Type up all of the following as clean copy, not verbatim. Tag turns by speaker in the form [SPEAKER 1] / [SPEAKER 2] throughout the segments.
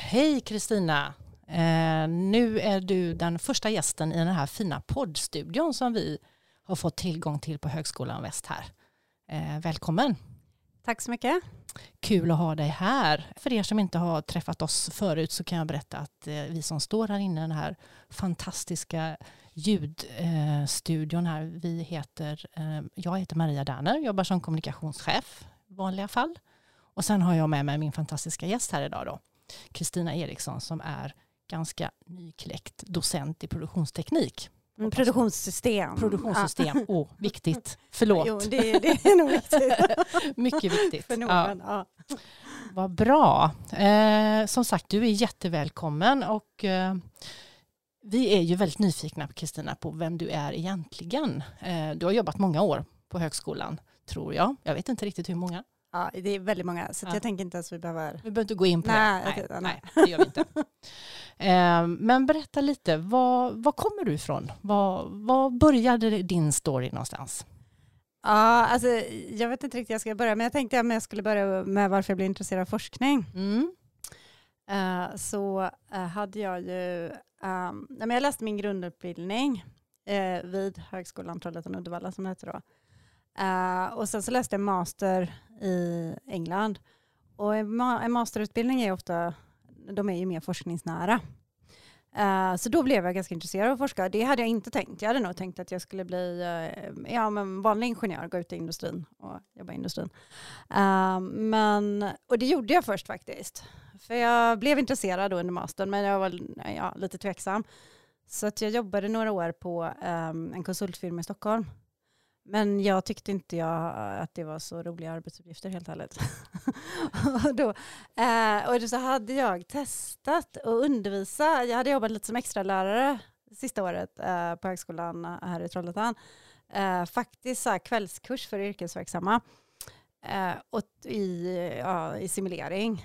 [SPEAKER 1] Hej Kristina! Nu är du den första gästen i den här fina poddstudion som vi har fått tillgång till på Högskolan Väst här. Välkommen!
[SPEAKER 2] Tack så mycket.
[SPEAKER 1] Kul att ha dig här. För er som inte har träffat oss förut så kan jag berätta att vi som står här inne i den här fantastiska ljudstudion här, jag heter Maria Därner, jobbar som kommunikationschef i vanliga fall. Och sen har jag med mig min fantastiska gäst här idag då, Kristina Eriksson, som är ganska nykläckt docent i produktionsteknik.
[SPEAKER 2] Produktionssystem.
[SPEAKER 1] Viktigt. Förlåt.
[SPEAKER 2] Jo, det är nog viktigt.
[SPEAKER 1] Mycket viktigt.
[SPEAKER 2] För någon, ja.
[SPEAKER 1] Vad bra. Som sagt, du är jättevälkommen och vi är ju väldigt nyfikna på Kristina på vem du är egentligen. Du har jobbat många år på högskolan, tror jag. Jag vet inte riktigt hur många.
[SPEAKER 2] Ja, det är väldigt många. Så jag tänker inte ens vi behöver...
[SPEAKER 1] Vi behöver inte gå in på
[SPEAKER 2] nej,
[SPEAKER 1] det. Nej, det gör vi inte. Men berätta lite, var kommer du ifrån? Var började din story någonstans?
[SPEAKER 2] Ja, alltså, jag vet inte riktigt jag ska börja. Men jag tänkte att jag skulle börja med varför jag blev intresserad av forskning. Så hade jag ju... jag läste min grundutbildning vid Högskolan Trollhättan-Uddevalla som det heter då. Och sen så läste jag master i England. Och en masterutbildning är ofta, de är ju mer forskningsnära. Så då blev jag ganska intresserad av att forska. Det hade jag inte tänkt. Jag hade nog tänkt att jag skulle bli vanlig ingenjör, gå ut i industrin och jobba i industrin. Och det gjorde jag först faktiskt. För jag blev intresserad då under mastern, men jag var lite tveksam. Så att jag jobbade några år på en konsultfirma i Stockholm. Men jag tyckte inte att det var så roliga arbetsuppgifter helt ärligt. och då så hade jag testat att undervisa. Jag hade jobbat lite som extralärare sista året på högskolan här i Trollhättan. Faktiskt så här kvällskurs för yrkesverksamma. Och i simulering.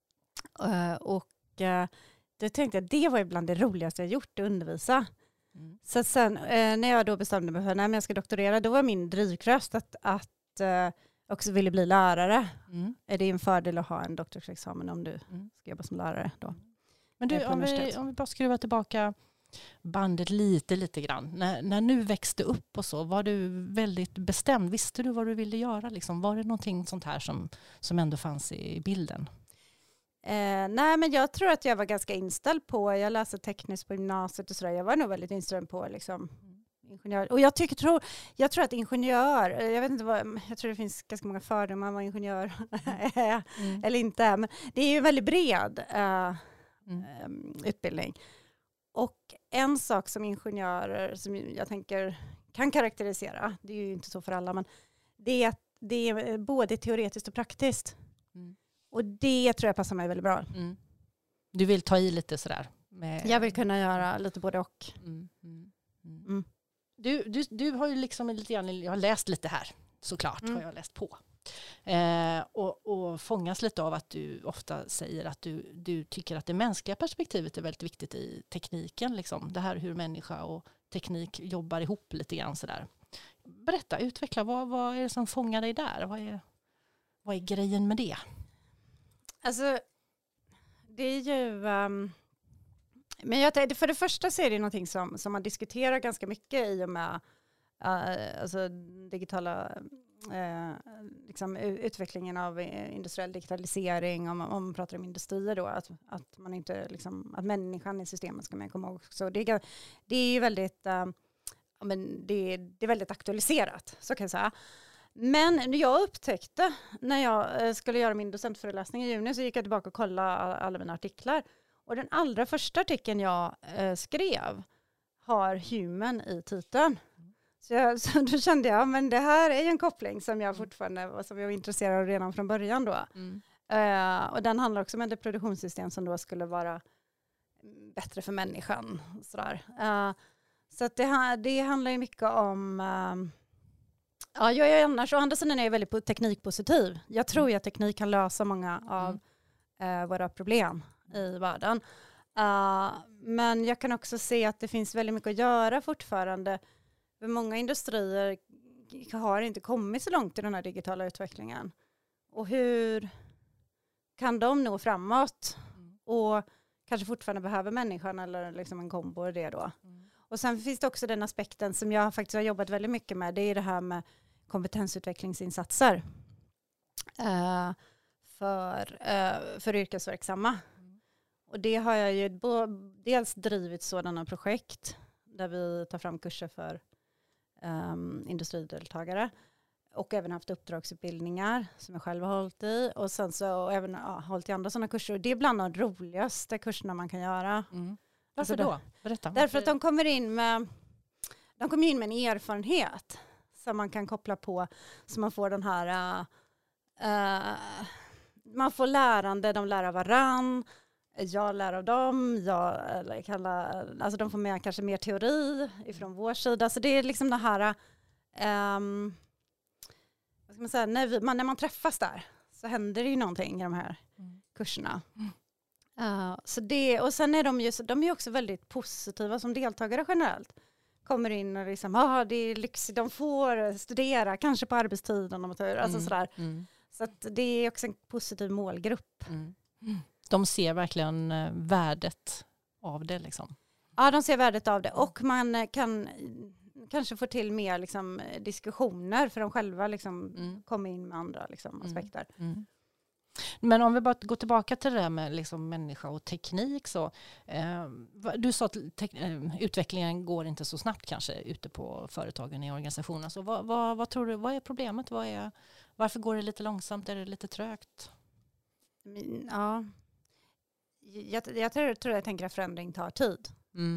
[SPEAKER 2] Då tänkte jag att det var bland det roligaste jag gjort att undervisa. Så sen när jag då bestämde mig för att jag ska doktorera, då var min drivkraft att också ville bli lärare. Är det en fördel att ha en doktorsexamen om du ska jobba som lärare då?
[SPEAKER 1] Men du, om vi bara skruvar tillbaka bandet lite grann. När du växte upp och så, var du väldigt bestämd? Visste du vad du ville göra? Liksom? Var det någonting sånt här som ändå fanns i bilden?
[SPEAKER 2] Nej, men jag tror att jag var ganska inställd på, jag läste tekniskt på gymnasiet och sådär, jag var nog väldigt inställd på liksom ingenjör. Och jag tror att ingenjör, jag tror det finns ganska många fördomar vad ingenjör är eller inte, men det är ju en väldigt bred utbildning. Och en sak som ingenjörer som jag tänker kan karaktärisera, det är ju inte så för alla, men det är att det är både teoretiskt och praktiskt. Och det tror jag passar mig väldigt bra.
[SPEAKER 1] Du vill ta i lite sådär?
[SPEAKER 2] Jag vill kunna göra lite både och.
[SPEAKER 1] Du har ju liksom lite grann, jag har läst lite här, såklart har jag läst på. Och fångas lite av att du ofta säger att du tycker att det mänskliga perspektivet är väldigt viktigt i tekniken. Liksom. Det här hur människa och teknik jobbar ihop lite grann sådär. Berätta, utveckla, vad är det som fångar dig där? Vad är grejen med det?
[SPEAKER 2] Alltså, det är ju... men för det första så är det någonting som man diskuterar ganska mycket i och med alltså digitala utvecklingen av industriell digitalisering, om man pratar om industrier då, att man inte liksom, att människan i systemet ska man komma ihåg. Så det är ju väldigt det är väldigt aktualiserat, så kan jag säga. Men jag upptäckte när jag skulle göra min docentföreläsning i juni, så gick jag tillbaka och kollade alla mina artiklar. Och den allra första artikeln jag skrev har human i titeln. Så då kände jag, men det här är ju en koppling som jag fortfarande som jag var intresserad av redan från början då. Och den handlar också om ett produktionssystem som då skulle vara bättre för människan. Sådär. Så att det handlar ju mycket om... jag är annars, å andra sidan är jag väldigt teknikpositiv. Jag tror ju att teknik kan lösa många av våra problem i världen. Men jag kan också se att det finns väldigt mycket att göra fortfarande. För många industrier har inte kommit så långt i den här digitala utvecklingen. Och hur kan de nå framåt? och kanske fortfarande behöver människan eller liksom en kombo av det då. Och sen finns det också den aspekten som jag faktiskt har jobbat väldigt mycket med. Det är det här med kompetensutvecklingsinsatser för yrkesverksamma. Och det har jag ju dels drivit sådana projekt där vi tar fram kurser för industrideltagare. Och även haft uppdragsutbildningar som jag själv har hållit i. Och sen så även hållit i andra sådana kurser. Och det är bland de roligaste kurserna man kan göra.
[SPEAKER 1] Varför då? Berätta.
[SPEAKER 2] Därför att de kommer in med en erfarenhet som man kan koppla på. Så man får den här... man får lärande, de lär av varann. Jag lär av dem. Alltså de får med kanske mer teori ifrån vår sida. Så det är liksom det här... vad ska man säga, när man träffas där så händer det ju någonting i de här kurserna. Så det, och sen är de är också väldigt positiva som deltagare generellt. Kommer in och liksom, det är lyxigt, de får studera, kanske på arbetstiden. Alltså sådär. Så att det är också en positiv målgrupp.
[SPEAKER 1] De ser verkligen värdet av det liksom.
[SPEAKER 2] Ja, de ser värdet av det. Och man kan kanske få till mer liksom, diskussioner för de själva liksom, kommer in med andra liksom, aspekter.
[SPEAKER 1] Men om vi bara går tillbaka till det där med liksom, människa och teknik. Så, du sa att utvecklingen går inte så snabbt kanske ute på företagen i organisationen. Så vad tror du, vad är problemet? Varför går det lite långsamt? Är det lite trögt?
[SPEAKER 2] Ja, jag tror jag tänker att förändring tar tid.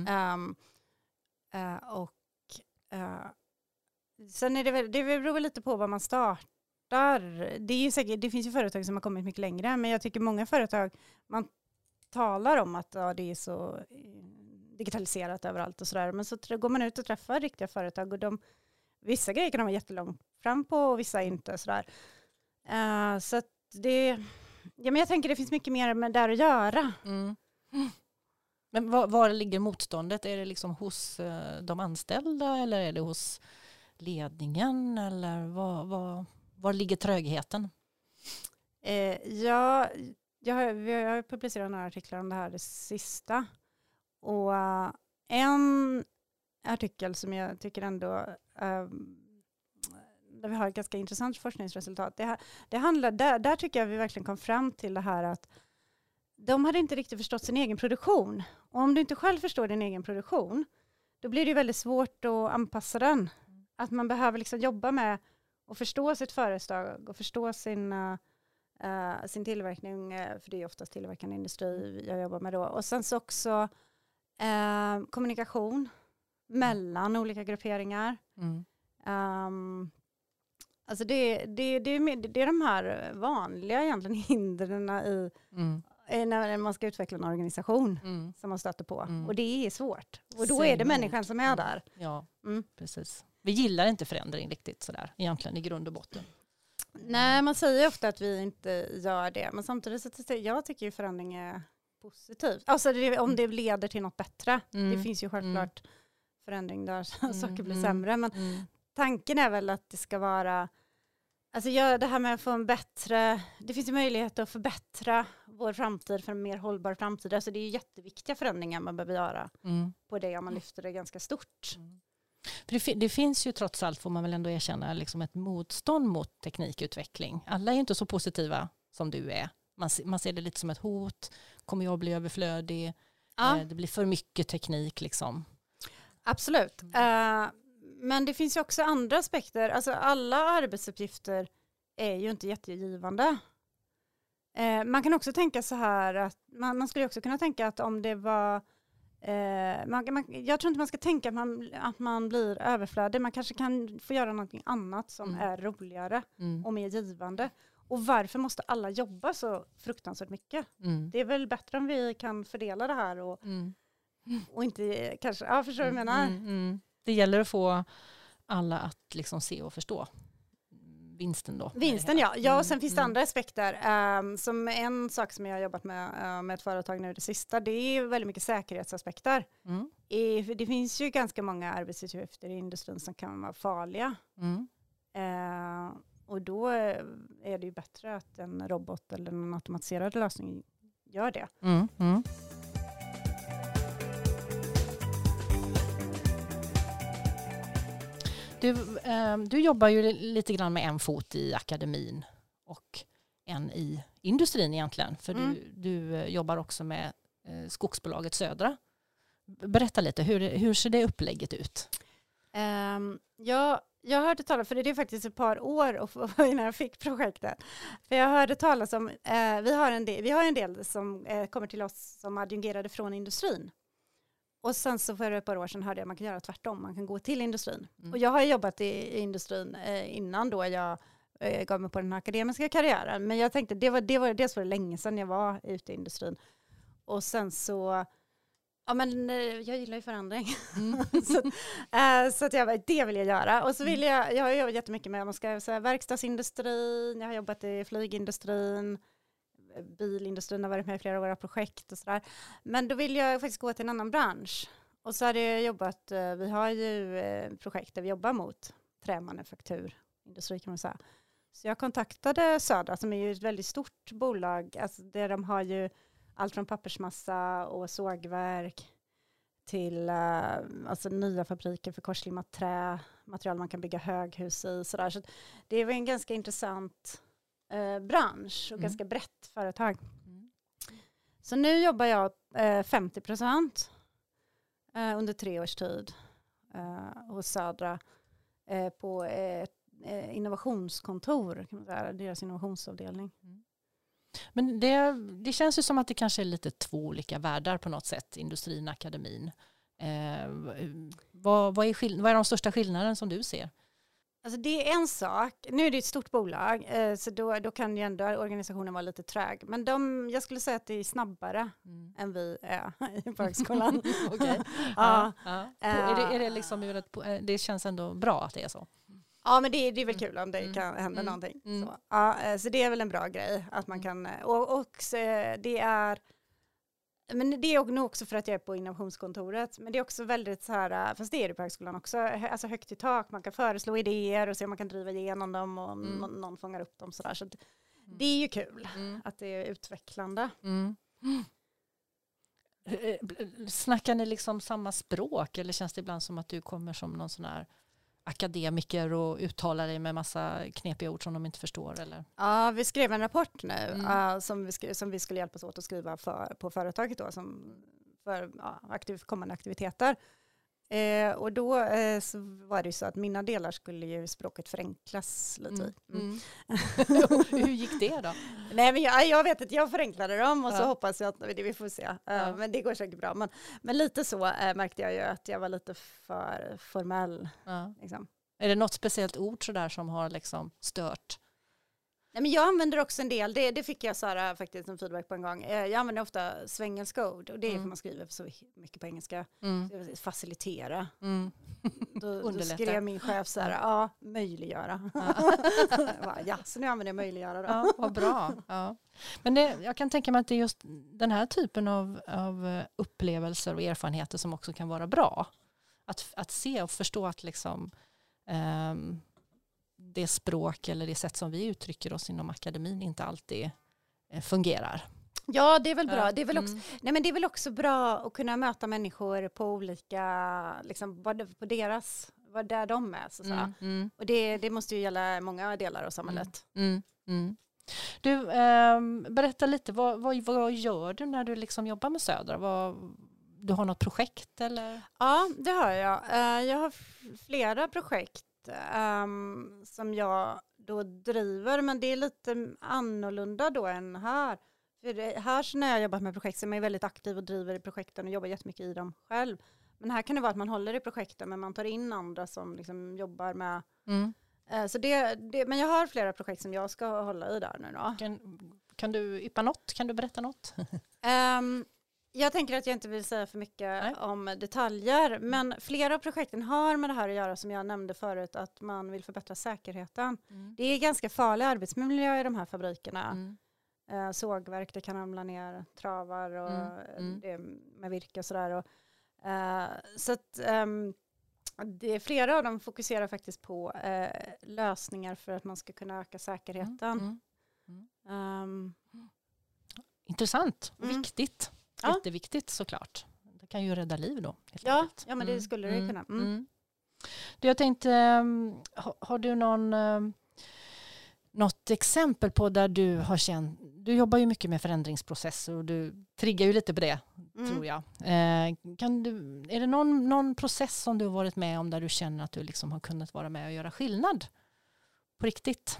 [SPEAKER 2] Sen är det beror lite på vad man startar. Det är ju säkert, det finns ju företag som har kommit mycket längre, men jag tycker många företag, man talar om att det är så digitaliserat överallt och sådär, men så går man ut och träffar riktiga företag och vissa grejer kan de vara jättelångt fram på och vissa inte sådär. Så att men jag tänker det finns mycket mer med där att göra.
[SPEAKER 1] Men var ligger motståndet? Är det liksom hos de anställda eller är det hos ledningen? Eller var ligger trögheten?
[SPEAKER 2] Vi har publicerat några artiklar om det här det sista. Och en artikel som jag tycker ändå där vi har ett ganska intressant forskningsresultat. Det handlar, där tycker jag vi verkligen kom fram till det här att de hade inte riktigt förstått sin egen produktion. Och om du inte själv förstår din egen produktion, då blir det väldigt svårt att anpassa den. Att man behöver liksom jobba med att förstå sitt företag och förstå sin tillverkning, för det är oftast tillverkande industri jag jobbar med då. Och sen så också kommunikation mellan olika grupperingar. Alltså det är de här vanliga egentligen hindren när man ska utveckla en organisation som man stöter på. Och det är svårt. Och då är det människan som är där.
[SPEAKER 1] Ja, precis. Vi gillar inte förändring riktigt sådär, egentligen i grund och botten.
[SPEAKER 2] Nej, man säger ofta att vi inte gör det. Men samtidigt så jag tycker ju förändring är positivt. Alltså om det leder till något bättre. Det finns ju självklart förändring där saker blir sämre. Men tanken är väl att det ska vara... Alltså det här med att få en bättre... Det finns ju möjlighet att förbättra vår framtid för en mer hållbar framtid. Alltså det är jätteviktiga förändringar man behöver göra på det om man lyfter det ganska stort.
[SPEAKER 1] För det finns ju trots allt, får man väl ändå erkänna, liksom ett motstånd mot teknikutveckling. Alla är ju inte så positiva som du är. Man ser det lite som ett hot. Kommer jag bli överflödig? Det blir för mycket teknik liksom.
[SPEAKER 2] Absolut. Men det finns ju också andra aspekter. Alltså alla arbetsuppgifter är ju inte jättegivande. Man kan också tänka så här att man skulle också kunna tänka att om det var jag tror inte man ska tänka att man blir överflödig. Man kanske kan få göra någonting annat som är roligare och mer givande. Och varför måste alla jobba så fruktansvärt mycket? Det är väl bättre om vi kan fördela det här och inte kanske, förstår du vad jag menar?
[SPEAKER 1] Det gäller att få alla att liksom se och förstå vinsten då.
[SPEAKER 2] Vinsten, ja. Och sen finns det andra aspekter. Som en sak som jag har jobbat med ett företag nu det sista, det är väldigt mycket säkerhetsaspekter. Det finns ju ganska många arbetsuppgifter i industrin som kan vara farliga. Och då är det ju bättre att en robot eller en automatiserad lösning gör det.
[SPEAKER 1] Du jobbar ju lite grann med en fot i akademin och en i industrin egentligen. För du jobbar också med skogsbolaget Södra. Berätta lite, hur ser det upplägget ut?
[SPEAKER 2] Jag hörde talas, för det är faktiskt ett par år innan jag fick projektet. För jag hörde talas om, vi har en del som kommer till oss som adjungerade från industrin. Och sen så för ett par år sedan hörde jag att man kan göra tvärtom, man kan gå till industrin. Och jag har jobbat i industrin innan då jag gav mig på den akademiska karriären. Men jag tänkte, det var länge sedan jag var ute i industrin. Och sen så, ja men jag gillar ju förändring. så att det vill jag göra. Och så vill jag har jobbat jättemycket med verkstadsindustrin, jag har jobbat i flygindustrin, bilindustrin har varit med i flera av våra projekt och sådär. Men då vill jag faktiskt gå till en annan bransch. Och så har jag jobbat, vi har ju projekt där vi jobbar mot trämanufakturindustri kan man säga. Så jag kontaktade Södra som är ju ett väldigt stort bolag, alltså där de har ju allt från pappersmassa och sågverk till alltså nya fabriker för korslimmat trä, material man kan bygga höghus i. Sådär. Så det var en ganska intressant bransch och ganska brett företag. Så nu jobbar jag 50% under 3 års tid hos Södra på ett innovationskontor, kan man säga, deras innovationsavdelning.
[SPEAKER 1] Men det känns ju som att det kanske är lite 2 olika världar på något sätt, industrin och akademin. Vad är de största skillnaderna som du ser?
[SPEAKER 2] Alltså det är en sak, nu är det ett stort bolag så då kan ju ändå organisationen vara lite trög. Men jag skulle säga att det är snabbare än vi är på högskolan.
[SPEAKER 1] Okay.
[SPEAKER 2] Ja.
[SPEAKER 1] Är det liksom, det känns ändå bra att det är så?
[SPEAKER 2] Ja, men det är väl kul om det kan hända någonting. Så. Ja, så det är väl en bra grej att man kan, och det är, men det är nog också för att jag är på innovationskontoret, men det är också väldigt så här, fast det är det på högskolan också, alltså högt i tak, man kan föreslå idéer och se om man kan driva igenom dem och någon fångar upp dem sådär, så det är ju kul att det är utvecklande.
[SPEAKER 1] Snackar ni liksom samma språk eller känns det ibland som att du kommer som någon sån här akademiker och uttalar dig med massa knepiga ord som de inte förstår? Eller?
[SPEAKER 2] Ja, vi skrev en rapport nu som vi skulle hjälpas åt att skriva på företaget då, för kommande aktiviteter. Och då så var det ju så att mina delar skulle ju språket förenklas lite.
[SPEAKER 1] Hur gick det då?
[SPEAKER 2] Nej, men jag vet att jag förenklade dem och så hoppas jag att vi får se. Men det går säkert bra. Men lite så märkte jag ju att jag var lite för formell. Liksom.
[SPEAKER 1] Är det något speciellt ord så där som har liksom stört?
[SPEAKER 2] Nej, men jag använder också en del, det fick jag Sara faktiskt en feedback på en gång. Jag använder ofta svengelska ord och det är för man skriver så mycket på engelska. Facilitera. Då skrev min chef så här, möjliggöra. Så nu använder jag möjliggöra då.
[SPEAKER 1] Ja, vad bra. Ja. Men jag kan tänka mig att det är just den här typen av upplevelser och erfarenheter som också kan vara bra. Att se och förstå att liksom det språk eller det sätt som vi uttrycker oss inom akademin inte alltid fungerar.
[SPEAKER 2] Ja, det är väl bra. Det är väl också, nej, men det är väl också bra att kunna möta människor på olika, liksom, vad där de är. Så. Och det måste ju gälla många delar av samhället.
[SPEAKER 1] Du, berätta lite, vad gör du när du liksom jobbar med Södra? Du har något projekt eller?
[SPEAKER 2] Ja, det har jag. Jag har flera projekt som jag då driver, men det är lite annorlunda då än här. För här så när jag jobbar med projekt så är man väldigt aktiv och driver i projekten och jobbar jättemycket i dem själv. Men här kan det vara att man håller i projekten men man tar in andra som liksom jobbar med. Så men jag har flera projekt som jag ska hålla i där nu då.
[SPEAKER 1] Kan du yppa något? Kan du berätta något?
[SPEAKER 2] Jag tänker att jag inte vill säga för mycket om detaljer, men flera av projekten har med det här att göra som jag nämnde förut, att man vill förbättra säkerheten. Det är ganska farlig arbetsmiljö i de här fabrikerna. Sågverk, det kan ramla ner travar och det med virke och sådär. Så att flera av dem fokuserar faktiskt på lösningar för att man ska kunna öka säkerheten.
[SPEAKER 1] Intressant och viktigt.
[SPEAKER 2] Ja.
[SPEAKER 1] Jätteviktigt såklart. Det kan ju rädda liv då. Helt
[SPEAKER 2] Ja,
[SPEAKER 1] enkelt.
[SPEAKER 2] men det skulle det kunna.
[SPEAKER 1] Du, jag tänkte, har du något exempel på där du har känt, du jobbar ju mycket med förändringsprocesser och du triggar ju lite på det, tror jag. Är det någon process som du har varit med om där du känner att du liksom har kunnat vara med och göra skillnad på riktigt?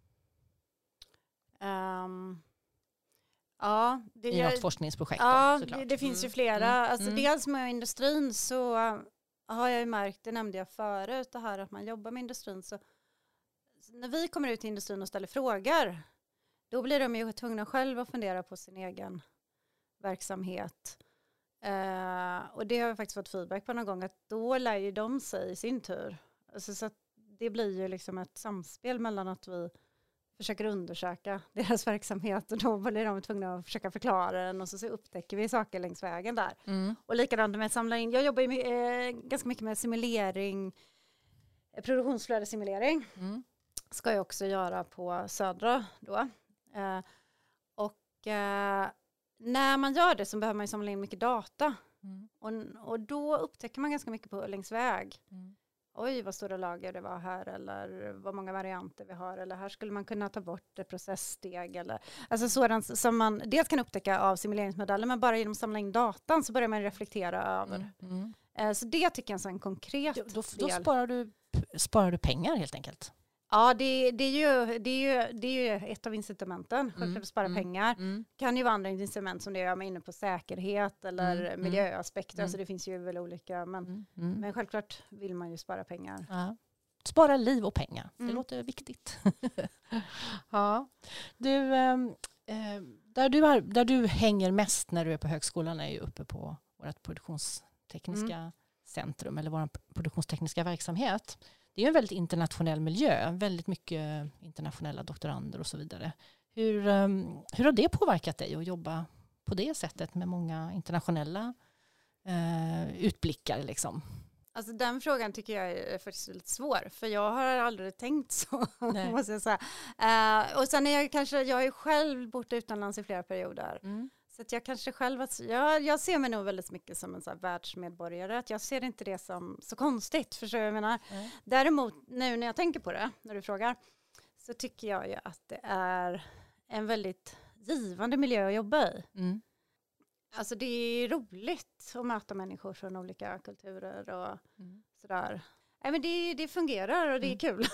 [SPEAKER 2] Ja,
[SPEAKER 1] I något forskningsprojekt
[SPEAKER 2] ja,
[SPEAKER 1] då, såklart.
[SPEAKER 2] det finns ju flera. Alltså, dels med industrin så har jag ju märkt, det nämnde jag förut, det här att man jobbar med industrin. Så när vi kommer ut i industrin och ställer frågor, då blir de ju tvungna själva att fundera på sin egen verksamhet. Och det har jag faktiskt fått feedback på någon gång, att då lär ju de sig i sin tur. Alltså, så att det blir ju liksom ett samspel mellan att vi försöker undersöka deras verksamhet och då blir de tvungna att försöka förklara den och så upptäcker vi saker längs vägen där. Och likadant med att samla in. Jag jobbar ju ganska mycket med simulering, produktionsflödessimulering. Ska jag också göra på Södra då. När man gör det så behöver man ju samla in mycket data. Och då upptäcker man ganska mycket på längs väg. Oj, vad stora lager det var här, eller vad många varianter vi har, eller här skulle man kunna ta bort ett processsteg, eller alltså sådant som man dels kan upptäcka av simuleringsmodeller, men bara genom att samla in datan så börjar man reflektera över. Så det tycker jag är en konkret del.
[SPEAKER 1] Då sparar du pengar helt enkelt.
[SPEAKER 2] Ja, det är ju ett av incitamenten. Självklart att spara pengar. Kan ju vara andra incitament som det är inne på säkerhet eller miljöaspekter. Alltså det finns ju väl olika. Men självklart vill man ju spara pengar.
[SPEAKER 1] Ja. Spara liv och pengar. Det låter viktigt. Ja. Du, där du hänger mest när du är på högskolan är ju uppe på vårt produktionstekniska centrum eller vår produktionstekniska verksamhet. Det är ju en väldigt internationell miljö, väldigt mycket internationella doktorander och så vidare. Hur har det påverkat dig att jobba på det sättet med många internationella utblickar liksom?
[SPEAKER 2] Alltså den frågan tycker jag är faktiskt lite svår, för jag har aldrig tänkt så, måste jag säga. Och sen är jag har ju själv bott utomlands i flera perioder. Så att jag kanske själv, jag ser mig nog väldigt mycket som en så här världsmedborgare. Att jag ser inte det som så konstigt, förstår jag menar. Däremot, nu när jag tänker på det, när du frågar, så tycker jag ju att det är en väldigt givande miljö att jobba i. Alltså det är roligt att möta människor från olika kulturer och sådär. Nej, men det fungerar och det är kul.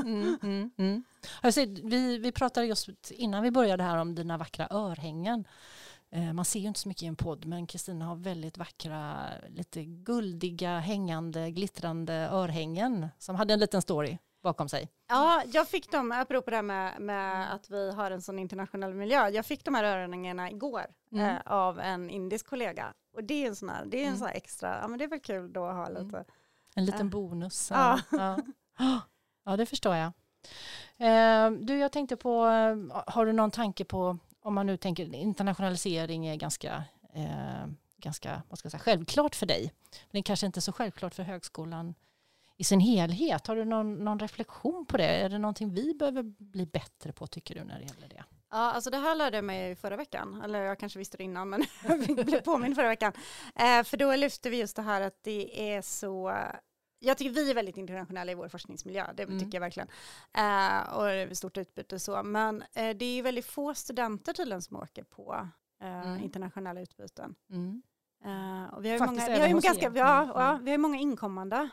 [SPEAKER 1] Alltså, vi pratade just innan vi började här om dina vackra örhängen. Man ser ju inte så mycket i en podd, men Kristina har väldigt vackra, lite guldiga, hängande, glittrande örhängen som hade en liten story bakom sig.
[SPEAKER 2] Ja, jag fick dem, apropå det här med att vi har en sån internationell miljö. Jag fick de här örhängena igår av en indisk kollega. Och det är en sån här extra, ja men det är väl kul då att ha lite.
[SPEAKER 1] En liten bonus. Ja, det förstår jag. Du, jag tänkte på, har du någon tanke på, om man nu tänker internationalisering är ganska vad ska jag säga, självklart för dig. Men det är kanske inte så självklart för högskolan i sin helhet. Har du någon reflektion på det? Är det någonting vi behöver bli bättre på, tycker du, när det gäller det?
[SPEAKER 2] Ja, alltså det här lärde jag mig förra veckan. Eller jag kanske visste det innan, men jag blev påminn förra veckan. För då lyfte vi just det här att det är så. Jag tycker vi är väldigt internationella i vår forskningsmiljö. Det tycker jag verkligen. Och det är stort utbyte och så. Men det är ju väldigt få studenter tydligen som åker på internationella utbyten. Och vi har ju många inkommande.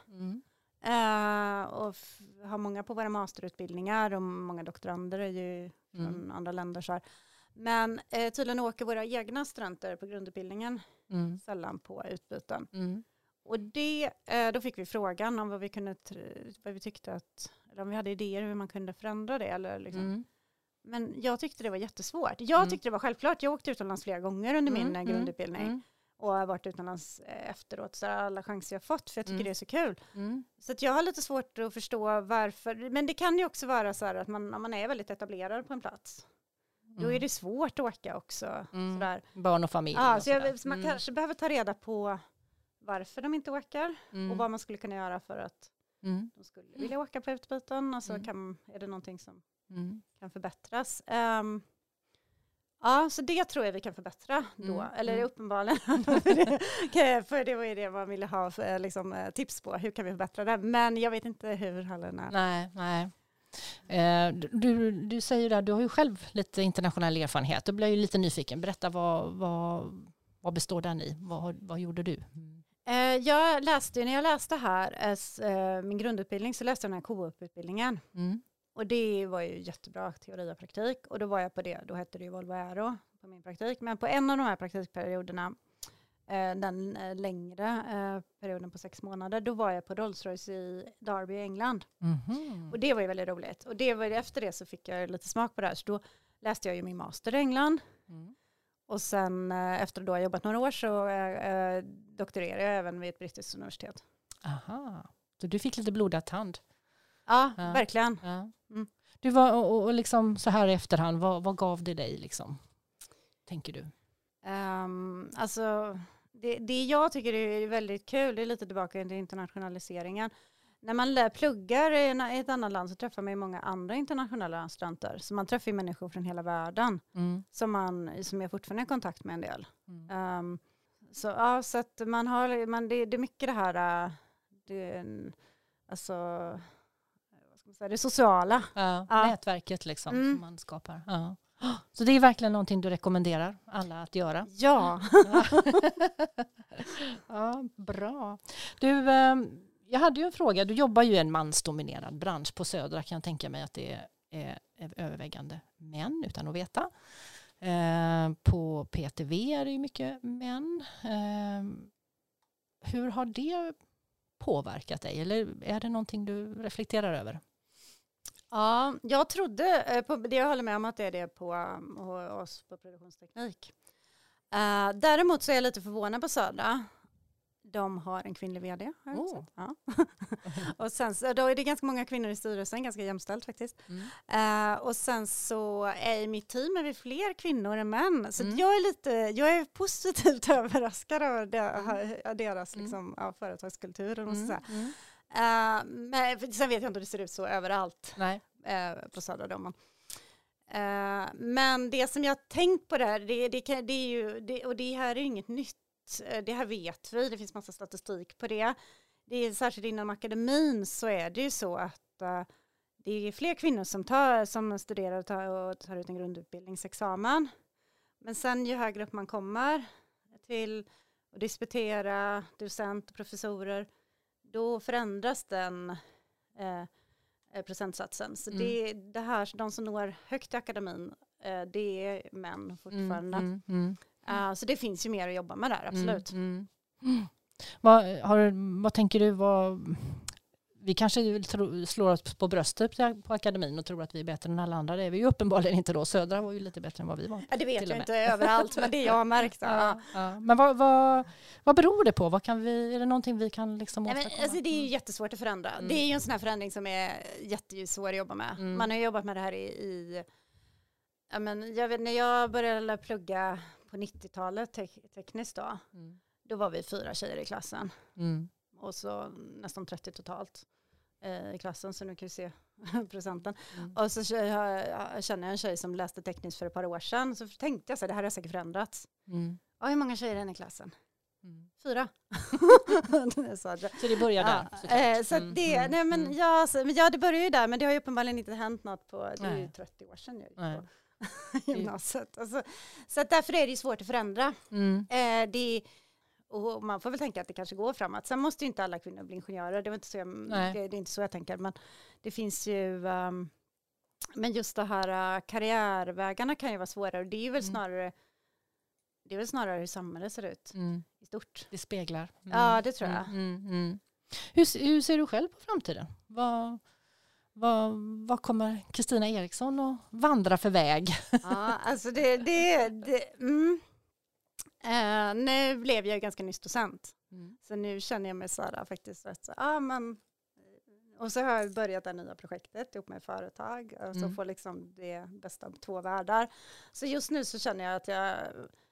[SPEAKER 2] Och har många på våra masterutbildningar och många doktorander är ju från andra länder. Så här. Men tydligen åker våra egna studenter på grundutbildningen sällan på utbyten. Och då fick vi frågan om vad vi tyckte att, eller om vi hade idéer hur man kunde förändra det. Eller liksom. Men jag tyckte det var jättesvårt. Jag tyckte det var självklart. Jag åkte utomlands flera gånger under min grundutbildning. Och har varit utomlands efteråt. Så alla chanser jag fått. För jag tycker det är så kul. Så att jag har lite svårt att förstå varför. Men det kan ju också vara så här att om man är väldigt etablerad på en plats. Då är det svårt att åka också. Sådär.
[SPEAKER 1] Barn och familj.
[SPEAKER 2] Ja, så man kanske behöver ta reda på varför de inte åker. Och vad man skulle kunna göra för att de skulle vilja åka på utbyten. Och så är det någonting som kan förbättras. Ja, så det tror jag vi kan förbättra då. Eller uppenbarligen. För det var ju det man ville ha liksom, tips på. Hur kan vi förbättra det? Men jag vet inte hur hallen är.
[SPEAKER 1] Nej. Du säger att du har ju själv lite internationell erfarenhet. Då blir jag ju lite nyfiken. Berätta, vad består den i? Vad gjorde du?
[SPEAKER 2] När jag läste här min grundutbildning så läste jag den här Coop-utbildningen. Och det var ju jättebra teori och praktik. Och då var jag på det. Då hette det ju Volvo Aero på min praktik. Men på en av de här praktikperioderna, den längre perioden på 6 månader, då var jag på Rolls-Royce i Derby i England. Och det var ju väldigt roligt. Och efter det så fick jag lite smak på det här. Så då läste jag ju min master i England. Och sen efter att då jag jobbat några år så doktorerade jag även vid ett brittiskt universitet.
[SPEAKER 1] Aha, så du fick lite blodad tand?
[SPEAKER 2] Ja, verkligen.
[SPEAKER 1] Ja. Du var och liksom så här i efterhand, vad gav det dig liksom? Tänker du?
[SPEAKER 2] Alltså det jag tycker är väldigt kul, det är lite tillbaka till internationaliseringen. När man pluggar i ett annat land så träffar man ju många andra internationella studenter. Så man träffar ju människor från hela världen som jag fortfarande är i kontakt med en del. Så att det är mycket det här, det sociala.
[SPEAKER 1] Nätverket liksom som man skapar. Ja. Så det är verkligen någonting du rekommenderar alla att göra?
[SPEAKER 2] Ja.
[SPEAKER 1] Ja, bra. Du, jag hade ju en fråga. Du jobbar ju i en mansdominerad bransch på Södra. Kan jag tänka mig att det är övervägande män utan att veta. På PTV är det ju mycket män. Hur har det påverkat dig? Eller är det någonting du reflekterar över?
[SPEAKER 2] Ja, jag trodde, jag håller med om att det är det på oss på produktionsteknik. Däremot så är jag lite förvånad på Södra. De har en kvinnlig vd. Ja. Och sen så då är det ganska många kvinnor i styrelsen, ganska jämställt faktiskt. Och sen så är i mitt team är vi fler kvinnor än män. Så jag är positivt överraskad av deras liksom, företagskultur. Men sen vet jag inte om det ser ut så överallt.
[SPEAKER 1] Nej.
[SPEAKER 2] På Södra Domen. Men det som jag har tänkt på där, det är ju, och det här är inget nytt. Det här vet vi, det finns massa statistik på det. Det är särskilt inom akademin så är det ju så att det är fler kvinnor som studerar och tar ut en grundutbildningsexamen. Men sen ju högre upp man kommer till att disputera, docent och professorer, då förändras den procentsatsen. Så det här, de som når högt i akademin, det är män fortfarande. Så det finns ju mer att jobba med där, absolut.
[SPEAKER 1] Vad tänker du? Vi kanske slår oss på bröstet på akademin och tror att vi är bättre än alla andra. Det är vi ju uppenbarligen inte då. Södra var ju lite bättre än vad vi var.
[SPEAKER 2] Ja, det vet jag inte överallt, men det jag har märkt. Ja.
[SPEAKER 1] Men vad beror det på? Är det någonting vi kan liksom åstadkomma?
[SPEAKER 2] Alltså, det är ju jättesvårt att förändra. Det är ju en sån här förändring som är jättesvår att jobba med. Man har jobbat med det här när jag började plugga på 90-talet tekniskt då var vi 4 tjejer i klassen. Och så nästan 30 totalt i klassen, så nu kan vi se procenten. Och så känner jag en tjej som läste tekniskt för ett par år sedan, så tänkte jag så här, det här har säkert förändrats. Ja, hur många tjejer är det i klassen? 4.
[SPEAKER 1] Så det börjar där.
[SPEAKER 2] Så det börjar ju där, men det har ju uppenbarligen inte hänt något på, det är ju 30 år sedan på gymnasiet. Alltså, så att därför är det ju svårt att förändra. Och man får väl tänka att det kanske går framåt. Sen måste ju inte alla kvinnor bli ingenjörer. Det är inte så jag tänker. Men det finns ju... men just det här karriärvägarna kan ju vara svårare. Och det är väl snarare hur samhället ser ut i stort.
[SPEAKER 1] Det speglar.
[SPEAKER 2] Ja, det tror jag.
[SPEAKER 1] Hur ser du själv på framtiden? Vad kommer Kristina Eriksson att vandra för väg?
[SPEAKER 2] Ja, alltså nu blev jag ganska nyss docent. Så nu känner jag mig sådär faktiskt rätt så. Och så har jag börjat det nya projektet ihop med företag. Och så får liksom det bästa av 2 världar. Så just nu så känner jag att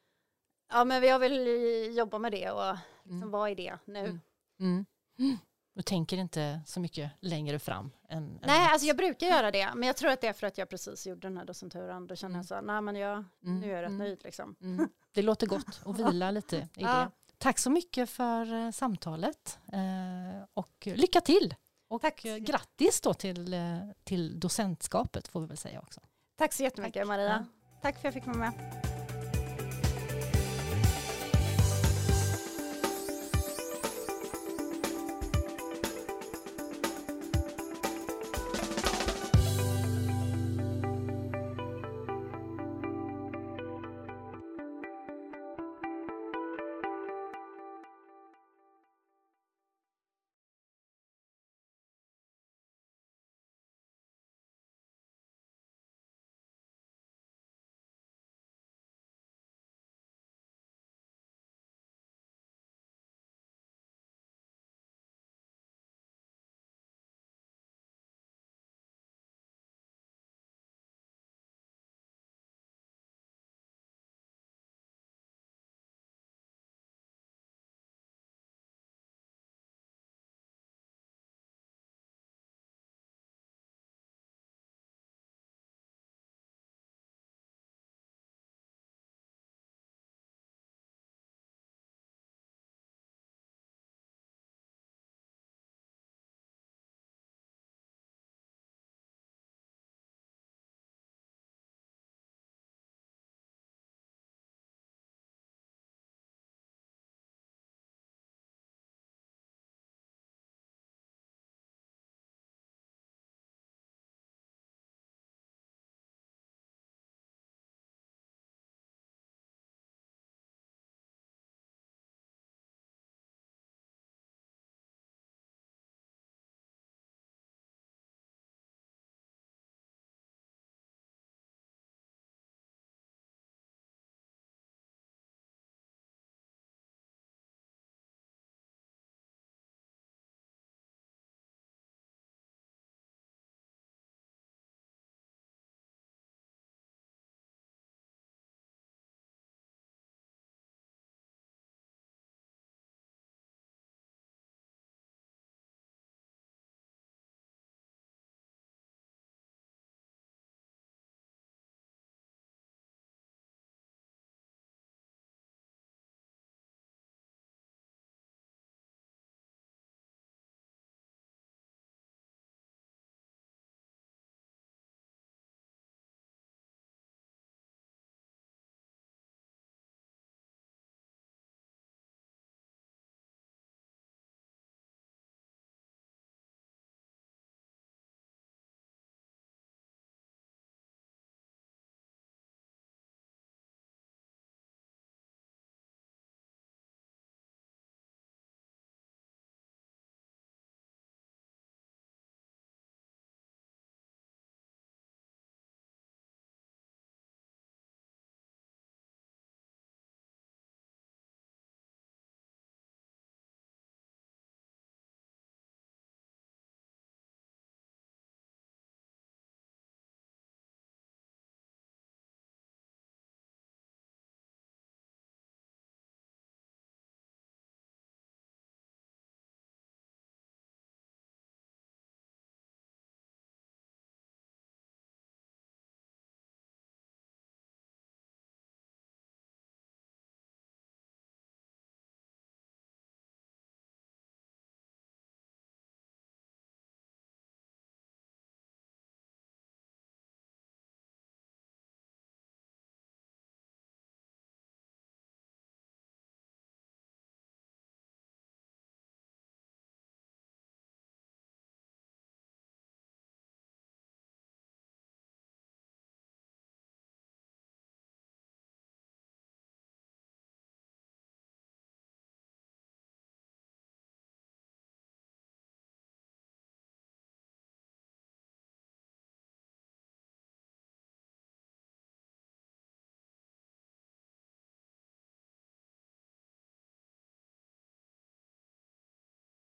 [SPEAKER 2] jag vill jobba med det och liksom, vad är det nu?
[SPEAKER 1] Du tänker inte så mycket längre fram?
[SPEAKER 2] Nej, alltså jag brukar göra det. Men jag tror att det är för att jag precis gjorde den här docenturen. Då känner jag så, nej men nu är jag rätt nöjd liksom.
[SPEAKER 1] Det låter gott att vila lite i det. Tack så mycket för samtalet och lycka till. Och tack. Grattis då till docentskapet får vi väl säga också.
[SPEAKER 2] Tack så jättemycket Maria. Tack för att jag fick vara med.